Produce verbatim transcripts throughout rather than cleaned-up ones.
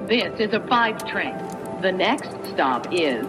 This is a five train. The next stop is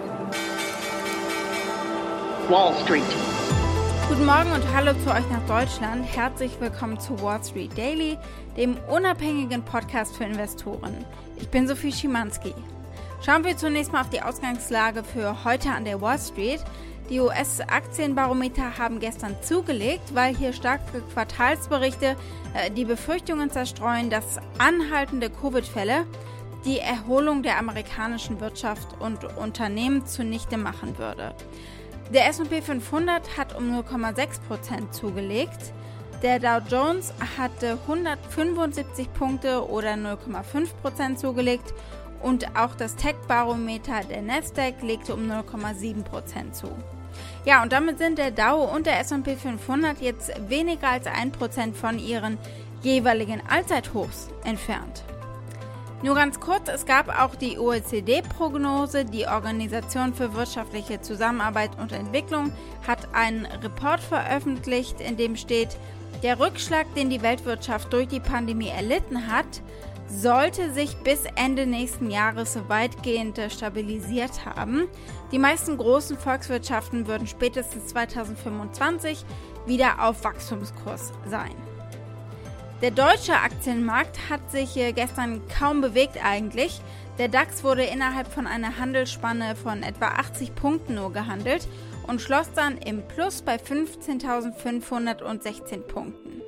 Wall Street. Guten Morgen und hallo zu euch nach Deutschland. Herzlich willkommen zu Wall Street Daily, dem unabhängigen Podcast für Investoren. Ich bin Sophie Schimanski. Schauen wir zunächst mal auf die Ausgangslage für heute an der Wall Street. Die U S-Aktienbarometer haben gestern zugelegt, weil hier starke Quartalsberichte äh, die Befürchtungen zerstreuen, dass anhaltende Covid-Fälle die Erholung der amerikanischen Wirtschaft und Unternehmen zunichte machen würde. Der S und P fünfhundert hat um null Komma sechs Prozent zugelegt. Der Dow Jones hatte hundertfünfundsiebzig Punkte oder null Komma fünf Prozent zugelegt und auch das Tech-Barometer der Nasdaq legte um null Komma sieben Prozent zu. Ja, und damit sind der Dow und der S und P fünfhundert jetzt weniger als ein Prozent von ihren jeweiligen Allzeithochs entfernt. Nur ganz kurz, es gab auch die O E C D-Prognose. Die Organisation für wirtschaftliche Zusammenarbeit und Entwicklung hat einen Report veröffentlicht, in dem steht, der Rückschlag, den die Weltwirtschaft durch die Pandemie erlitten hat, sollte sich bis Ende nächsten Jahres weitgehend stabilisiert haben. Die meisten großen Volkswirtschaften würden spätestens zweitausendfünfundzwanzig wieder auf Wachstumskurs sein. Der deutsche Aktienmarkt hat sich gestern kaum bewegt eigentlich. Der DAX wurde innerhalb von einer Handelsspanne von etwa achtzig Punkten nur gehandelt und schloss dann im Plus bei fünfzehntausendfünfhundertsechzehn Punkten.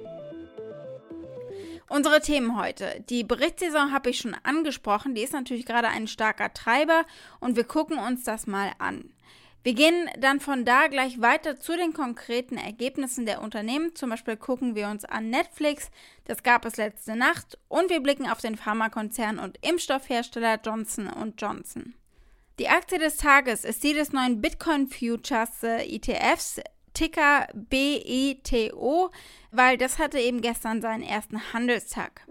Unsere Themen heute. Die Berichtssaison habe ich schon angesprochen, die ist natürlich gerade ein starker Treiber und wir gucken uns das mal an. Wir gehen dann von da gleich weiter zu den konkreten Ergebnissen der Unternehmen. Zum Beispiel gucken wir uns an Netflix, das gab es letzte Nacht, und wir blicken auf den Pharmakonzern und Impfstoffhersteller Johnson und Johnson. Die Aktie des Tages ist die des neuen Bitcoin Futures E T Fs, Ticker B I T O, weil das hatte eben gestern seinen ersten Handelstag.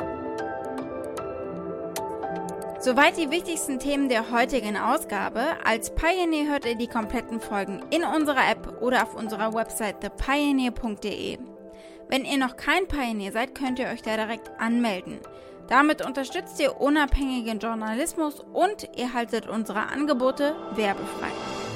Soweit die wichtigsten Themen der heutigen Ausgabe. Als Pioneer hört ihr die kompletten Folgen in unserer App oder auf unserer Website the pioneer punkt de. Wenn ihr noch kein Pioneer seid, könnt ihr euch da direkt anmelden. Damit unterstützt ihr unabhängigen Journalismus und ihr haltet unsere Angebote werbefrei.